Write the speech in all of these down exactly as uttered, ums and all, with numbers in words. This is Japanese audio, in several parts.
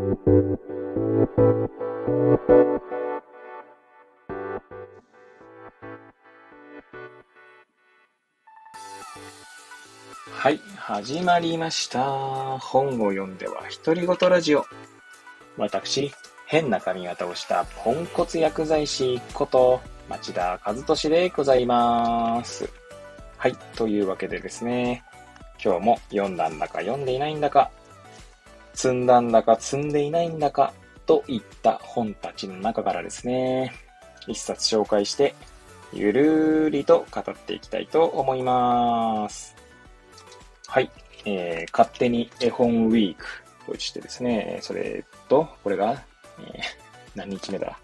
はい、始まりました。本を読んでは独り言ラジオ。私、変な髪型をしたポンコツ薬剤師こと町田和俊でございます。はい、というわけでですね、今日も読んだんだか読んでいないんだか、積んだんだか積んでいないんだかといった本たちの中からですね、一冊紹介してゆるーりと語っていきたいと思います。はい、えー、勝手に絵本ウィークとしてですね、それと、これが、えー、何日目だ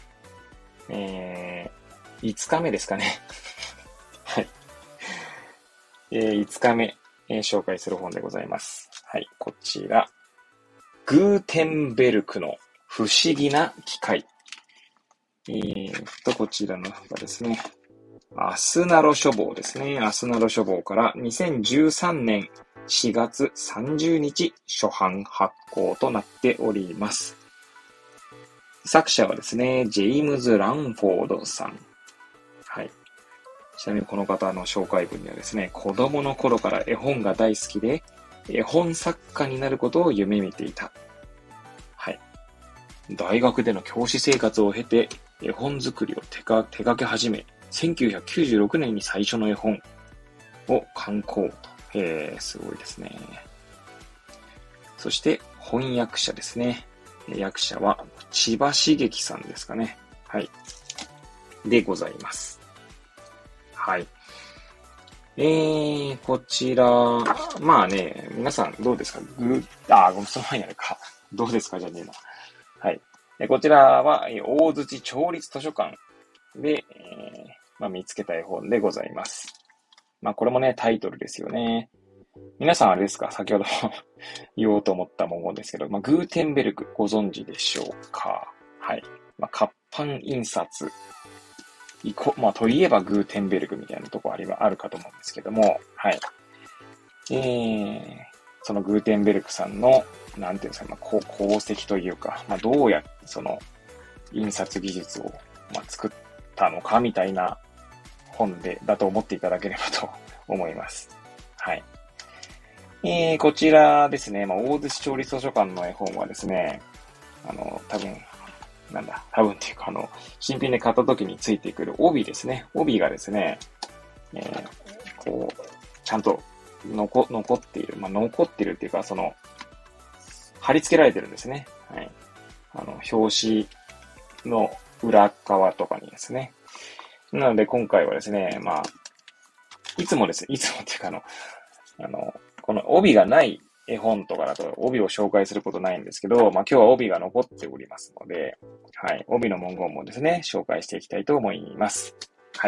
えー、いつかめですかね。はい。えー、いつかめ、えー、紹介する本でございます。はい、こちら。グーテンベルクの不思議な機械。えーと、こちらの方がですね、アスナロ書房ですね。アスナロ書房からにせんじゅうさんねんしがつさんじゅうにち初版発行となっております。作者はですね、ジェイムズ・ランフォードさん。はい。ちなみにこの方の紹介文にはですね、子供の頃から絵本が大好きで、絵本作家になることを夢見ていた。はい。大学での教師生活を経て、絵本作りを手が手掛け始め、せんきゅうひゃくきゅうじゅうろくねんに最初の絵本を刊行と。えー、すごいですね。そして翻訳者ですね。訳者は千葉茂樹さんですかね。はい。でございます。はい。えー、こちら、まあね、皆さんどうですかぐあ、ごめん、その前にあるか。どうですかじゃねえな。はい。こちらは、大槌町立図書館で、えーまあ、見つけた絵本でございます。まあ、これもね、タイトルですよね。皆さんあれですか先ほど言おうと思ったものですけど、まあ、グーテンベルクご存知でしょうかはい。まあ、活版印刷。いこまあ、といえばグーテンベルクみたいなところありあるかと思うんですけども、はい。えー、そのグーテンベルクさんの、なんていうんですか、まあ、功績というか、まあ、どうやってその印刷技術を、まあ、作ったのかみたいな本で、だと思っていただければと思います。はい。えー、こちらですね、まあ、大槌町立図書館の絵本はですね、あの、多分、なんだ、多分っていうか、あの、新品で買った時についてくる帯ですね。帯がですね、えー、こう、ちゃんと残、残っている。まあ、残っているっていうか、その、貼り付けられてるんですね。はい。あの、表紙の裏側とかにですね。なので、今回はですね、まあ、いつもです。いつもっていうか、あの、あの、この帯がない絵本とかだと帯を紹介することないんですけど、まあ今日は帯が残っておりますので、はい、帯の文言もですね、紹介していきたいと思います。はい。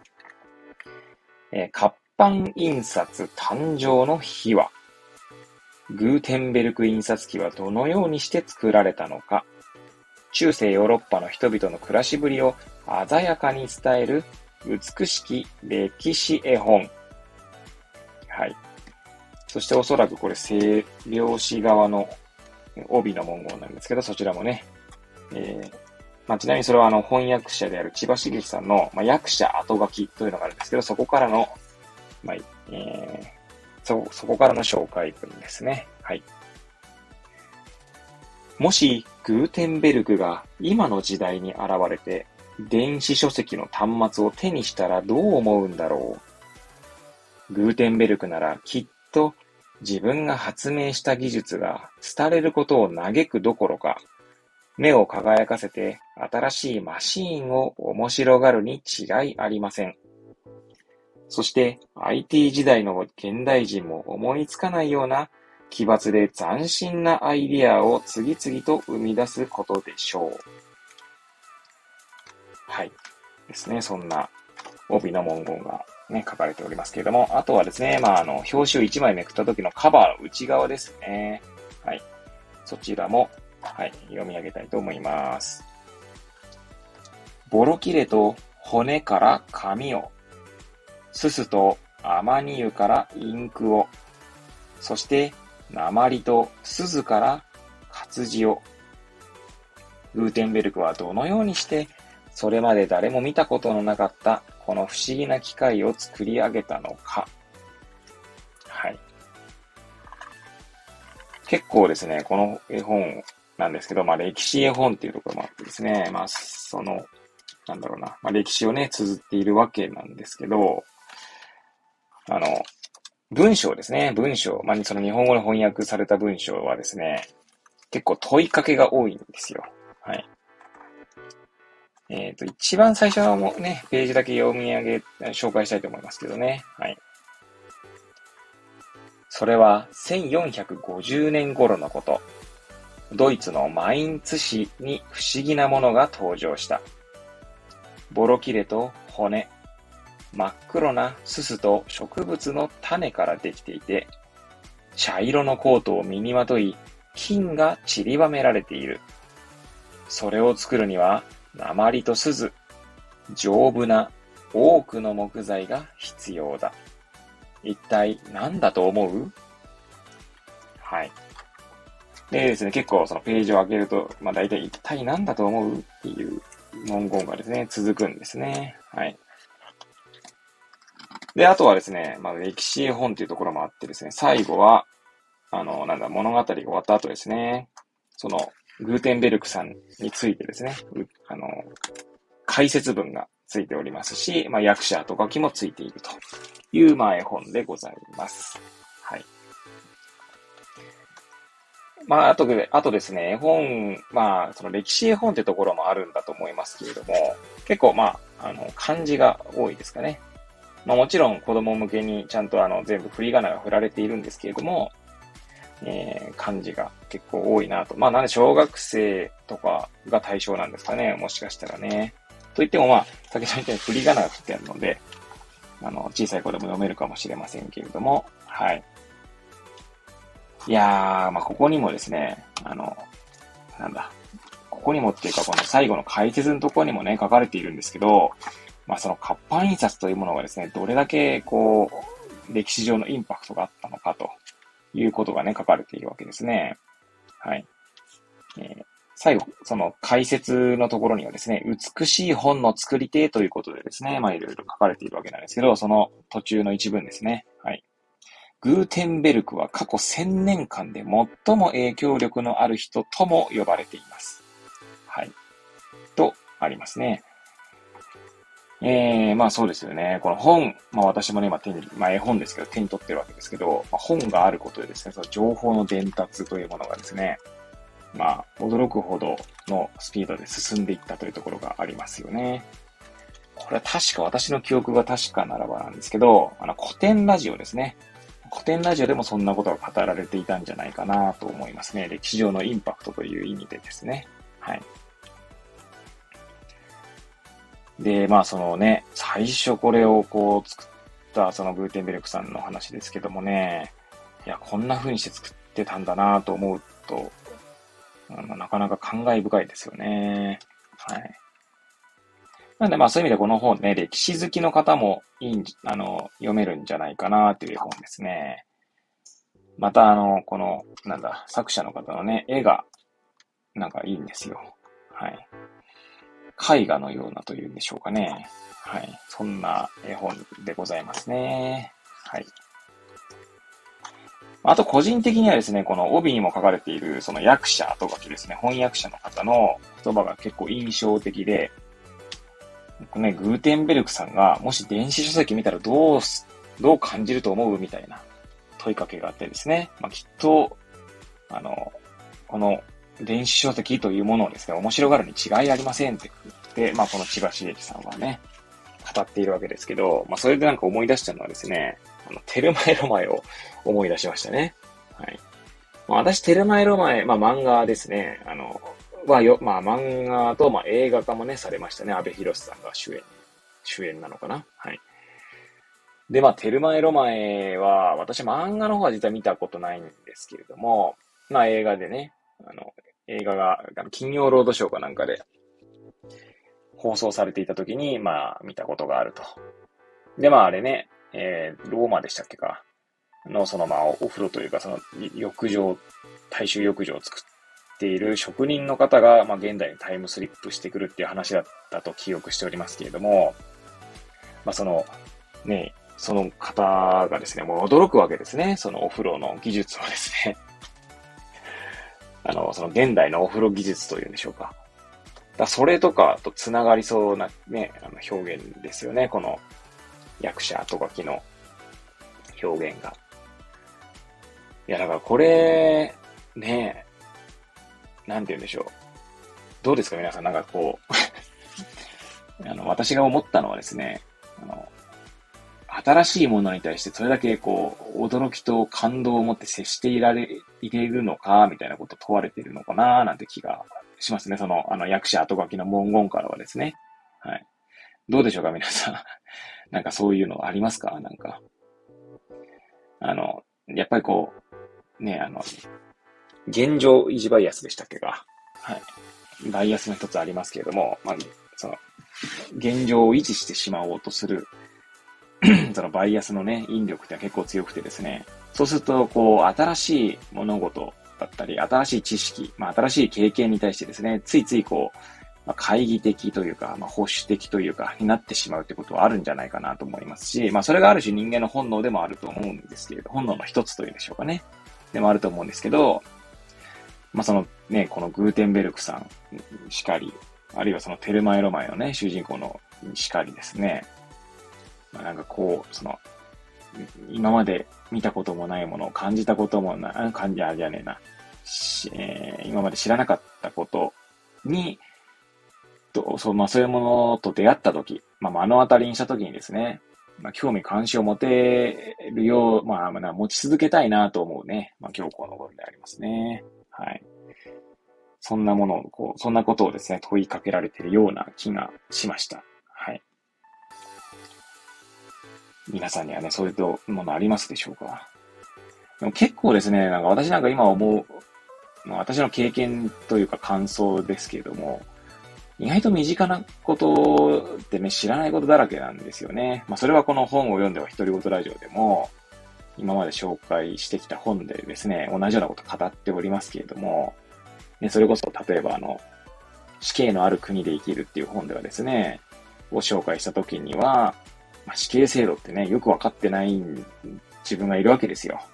えー、活版印刷誕生の秘話。グーテンベルク印刷機はどのようにして作られたのか。中世ヨーロッパの人々の暮らしぶりを鮮やかに伝える美しき歴史絵本。はい。そしておそらくこれ、西拍子側の帯の文言なんですけど、そちらもね、えーまあ、ちなみにそれはあの翻訳者である千葉茂樹さんの、まあ、訳者後書きというのがあるんですけど、そこからの、まあえー、そ、そこからの紹介文ですね。はい。もし、グーテンベルクが今の時代に現れて、電子書籍の端末を手にしたらどう思うんだろう。グーテンベルクならきっと自分が発明した技術が廃れることを嘆くどころか、目を輝かせて新しいマシーンを面白がるに違いありません。そして アイティー 時代の現代人も思いつかないような奇抜で斬新なアイディアを次々と生み出すことでしょう。はい。ですね。そんな帯の文言がね、書かれておりますけれども、あとはですね、まあ、あの、表紙をいちまいめくった時のカバーの内側ですね。はい。そちらも、はい、読み上げたいと思います。ボロ切れと骨から紙を、すすとアマニ油からインクを、そして鉛と錫から活字を、グーテンベルクはどのようにして、それまで誰も見たことのなかったこの不思議な機械を作り上げたのか。はい。結構ですね、この絵本なんですけど、まあ歴史絵本っていうところもあってですね、まあその、なんだろうな、まあ歴史をね、綴っているわけなんですけど、あの、文章ですね、文章、まあその日本語に翻訳された文章はですね、結構問いかけが多いんですよ。はい。えっと、一番最初のね、ページだけ読み上げ、紹介したいと思いますけどね。はい。それはせんよんひゃくごじゅうねん頃のこと。ドイツのマインツ市に不思議なものが登場した。ボロキレと骨、真っ黒なすすと植物の種からできていて、茶色のコートを身にまとい、金が散りばめられている。それを作るには、鉛と錫、丈夫な多くの木材が必要だ。一体何だと思う？はい。でですね、結構そのページを開けると、まあ大体一体何だと思うっていう文言がですね、続くんですね。はい。で、あとはですね、まあ歴史絵本っていうところもあってですね、最後は、あの、なんだ、物語が終わった後ですね、その、グーテンベルクさんについてですね、あの、解説文がついておりますし、まあ役者と書きもついているという、まあ絵本でございます。はい。まあ、あとで、あとですね、絵本、まあ、その歴史絵本ってところもあるんだと思いますけれども、結構まあ、あの、漢字が多いですかね。まあもちろん子供向けにちゃんとあの、全部振り仮名が振られているんですけれども、えー、漢字が結構多いなと。まあなんで小学生とかが対象なんですかね、もしかしたらね。と言ってもまあ、先ほど言ったように振り仮名が振ってあるので、あの、小さい子でも読めるかもしれませんけれども、はい。いやー、まあ、ここにもですね、あの、なんだ、ここにもっていうか、この最後の解説のところにもね、書かれているんですけど、まあ、その活版印刷というものがですね、どれだけ、こう、歴史上のインパクトがあったのかということがね、書かれているわけですね。はい。えー、最後、その解説のところにはですね、美しい本の作り手ということでですね、まあ、いろいろ書かれているわけなんですけど、その途中の一文ですね。はい。グーテンベルクは過去せんねんかんで最も影響力のある人とも呼ばれています。はい。と、ありますね。えー、まあそうですよね。この本、まあ私もね、今手に、まあ絵本ですけど手に取ってるわけですけど、まあ、本があることでですね、その情報の伝達というものがですね、まあ驚くほどのスピードで進んでいったというところがありますよね。これは確か私の記憶が確かならばなんですけど、あの古典ラジオですね。古典ラジオでもそんなことが語られていたんじゃないかなと思いますね。歴史上のインパクトという意味でですね。はい。で、まあそのね、最初これをこう作ったそのグーテンベルクさんの話ですけどもね、いや、こんな風にして作ってたんだなと思うと、あのなかなか感慨深いですよね。はい。なんでまあそういう意味でこの本ね、歴史好きの方もいいん、あの、読めるんじゃないかなという本ですね。またあの、この、なんだ、作者の方のね、絵が、なんかいいんですよ。はい。絵画のようなというんでしょうかね。はい。そんな絵本でございますね。はい。あと個人的にはですね、この帯にも書かれている、その訳者と書きですね、翻訳者の方の言葉が結構印象的で、ね、グーテンベルクさんが、もし電子書籍見たらどうす、どう感じると思うみたいな問いかけがあってですね、まあ、きっと、あの、この電子書籍というものをですね、面白がるに違いありませんって言って、まあ、この千葉茂樹さんはね、語っているわけですけど、まあ、それでなんか思い出したのはですね、あの、テルマエロマエを思い出しましたね。はい。まあ、私、テルマエロマエ、まあ、漫画ですね、あの、はよ、まあ、漫画と、まあ、映画化もね、されましたね。阿部寛さんが主演、主演なのかな。はい。で、まあ、テルマエロマエは、私、漫画の方は実は見たことないんですけれども、まあ、映画でね、あの、映画が、あの金曜ロードショーかなんかで放送されていた時に、まあ、見たことがあると。で、まあ、あれね、えー、ローマでしたっけかの、その、まあ、お風呂というか、その、浴場、大衆浴場を作っっている職人の方が、まあ、現代にタイムスリップしてくるっていう話だったと記憶しておりますけれども、まあ、その、ね、その方がですね、もう驚くわけですね。そのお風呂の技術をですね。あの、その現代のお風呂技術というんでしょうか。だそれとかとつながりそうなね、あの表現ですよね。この役者後書きの表現が。いや、だからこれ、ね、なんて言うんでしょう。どうですか皆さん、なんかこう、あの、私が思ったのはですね、あの、新しいものに対してそれだけこう、驚きと感動を持って接していられ、いれるのか、みたいなことを問われているのかな、なんて気がしますね。その、あの、役者後書きの文言からはですね。はい。どうでしょうか皆さん。なんかそういうのありますかなんか。あの、やっぱりこう、ね、あの、現状維持バイアスでしたっけが。はい。バイアスの一つありますけれども、まあ、その、現状を維持してしまおうとする、そのバイアスのね、引力って結構強くてですね。そうすると、こう、新しい物事だったり、新しい知識、まあ、新しい経験に対してですね、ついついこう、まあ、懐疑的というか、まあ、保守的というか、になってしまうってことはあるんじゃないかなと思いますし、まあ、それがある種人間の本能でもあると思うんですけれど、本能の一つというんでしょうかね。でもあると思うんですけど、まあ、そのね、このグーテンベルクさんしかり、あるいはそのテルマエロマエのね、主人公のしかりですね。まあ、なんかこう、その、今まで見たこともないものを感じたこともない、感じあじゃねえな、えー、今まで知らなかったことに、とそう、まあそういうものと出会ったとき、まあ目の当たりにしたときにですね、まあ興味関心を持てるよう、まあ、まあ、持ち続けたいなと思うね、まあ教皇の言でありますね。はい。そんなものを、こう、そんなことをですね、問いかけられているような気がしました。はい。皆さんにはね、そういうものありますでしょうか。でも結構ですね、なんか私なんか今思う、まあ、私の経験というか感想ですけれども、意外と身近なことってね、知らないことだらけなんですよね。まあそれはこの本を読んでは独り言ラジオでも、今まで紹介してきた本でですね、同じようなこと語っておりますけれども、ね、それこそ例えばあの、死刑のある国で生きるっていう本ではですね、を紹介した時には、まあ、死刑制度ってね、よくわかってない自分がいるわけですよ。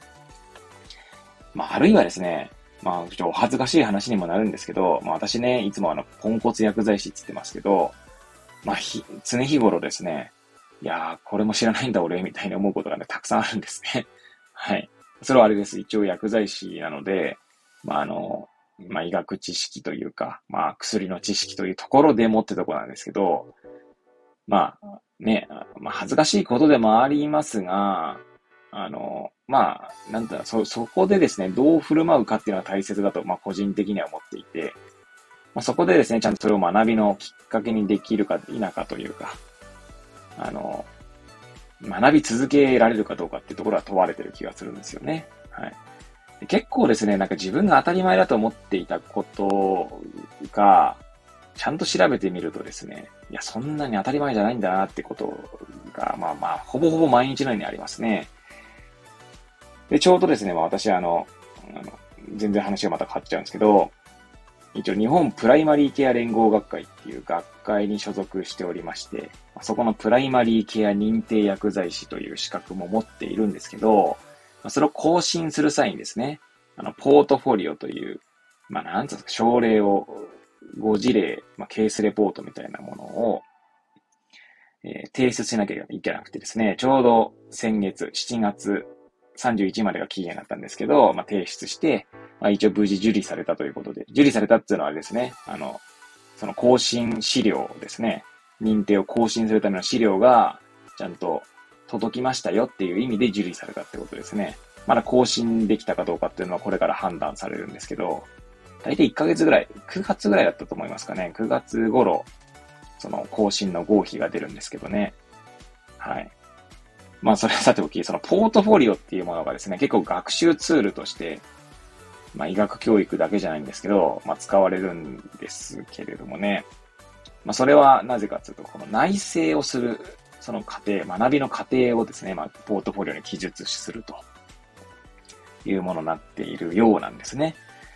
まあ、あるいはですね、まあ、ちょっとお恥ずかしい話にもなるんですけど、まあ私ね、いつもあの、ポンコツ薬剤師って言ってますけど、まあ、ひ、常日頃ですね、いやー、これも知らないんだ俺、みたいに思うことがね、たくさんあるんですね。はい。それはあれです。一応薬剤師なので、まああの、まあ医学知識というか、まあ薬の知識というところで持ってるところなんですけど、まあね、まあ恥ずかしいことでもありますが、あの、まあ、なんだ、そ、そこでですね、どう振る舞うかっていうのは大切だと、まあ個人的には思っていて、まあ、そこでですね、ちゃんとそれを学びのきっかけにできるか否かというか、あの、学び続けられるかどうかっていうところは問われてる気がするんですよね。はい。結構ですね、なんか自分が当たり前だと思っていたことが、ちゃんと調べてみるとですね、いや、そんなに当たり前じゃないんだなってことが、まあまあ、ほぼほぼ毎日のようにありますね。で、ちょうどですね、まあ私、あの、あの全然話がまた変わっちゃうんですけど、一応日本プライマリーケア連合学会っていう学会に所属しておりまして、そこのプライマリーケア認定薬剤師という資格も持っているんですけど、それを更新する際にですね、あの、ポートフォリオという、まあ、なんつうんですか、症例を、ご事例、まあ、ケースレポートみたいなものを、えー、提出しなきゃいけなくてですね、ちょうど先月、しちがつさんじゅういちにちまでが期限だったんですけど、まあ、提出して、まあ、一応無事受理されたということで、受理されたっていうのはあれですね、あの、その更新資料ですね、認定を更新するための資料が、ちゃんと届きましたよっていう意味で受理されたってことですね。まだ更新できたかどうかっていうのはこれから判断されるんですけど、大体いっかげつぐらい、くがつぐらいだったと思いますかね。くがつ頃、その更新の合否が出るんですけどね。はい。まあそれはさておき、そのポートフォリオっていうものがですね、結構学習ツールとして、まあ医学教育だけじゃないんですけど、まあ使われるんですけれどもね。まあそれはなぜかというと、この内省をする、その過程、学びの過程をですね、まあポートフォリオに記述するというものになっているようなんですね。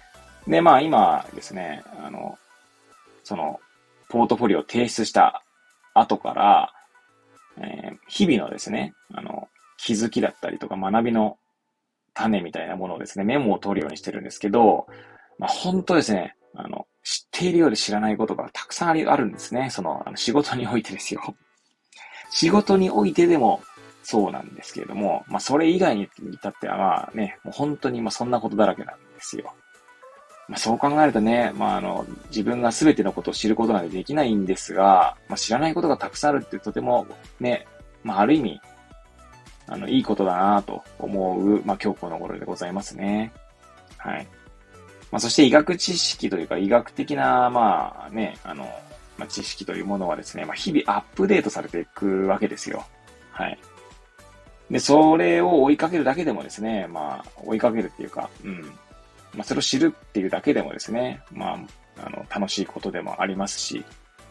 で、まあ今ですね、あの、その、ポートフォリオを提出した後から、えー日々のですね、あの、気づきだったりとか学びの種みたいなものをですね、メモを取るようにしてるんですけど、まあ本当ですね、あの、知っているようで知らないことがたくさんありあるんですね。その、あの仕事においてですよ。仕事においてでもそうなんですけれども、まあそれ以外に至ってはまあね、もう本当にまあそんなことだらけなんですよ。まあそう考えるとね、まああの、自分が全てのことを知ることなんてできないんですが、まあ知らないことがたくさんあるってとてもね、まあある意味、あの、いいことだなと思う、まあ今日この頃でございますね。はい。まあそして医学知識というか医学的な、まあね、あの、まあ、知識というものはですね、まあ日々アップデートされていくわけですよ。はい。で、それを追いかけるだけでもですね、まあ、追いかけるっていうか、うん。まあ、それを知るっていうだけでもですね、まあ、あの、楽しいことでもありますし、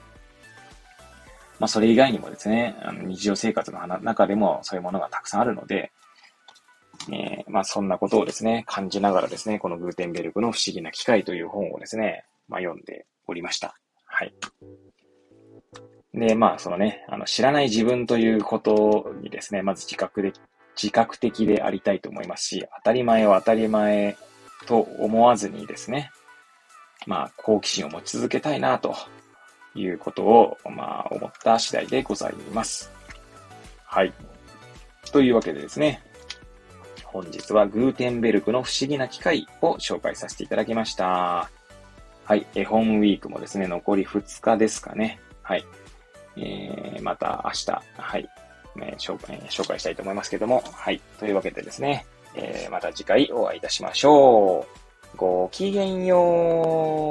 まあ、それ以外にもですね、あの日常生活の中でもそういうものがたくさんあるので、えー、まあ、そんなことをですね、感じながらですね、このグーテンベルクの不思議な機械という本をですね、まあ、読んでおりました。はい。で、まあ、そのね、あの、知らない自分ということにですね、まず自覚で、自覚的でありたいと思いますし、当たり前を当たり前と思わずにですね、まあ、好奇心を持ち続けたいな、ということを、まあ、思った次第でございます。はい。というわけでですね、本日はグーテンベルクの不思議な機械を紹介させていただきました。はい。絵本ウィークもですね、残りふつかですかね。はい。えー、また明日、はい、ね、紹介、紹介したいと思いますけども、はい。というわけでですね、えー、また次回お会いいたしましょう。ごきげんよう。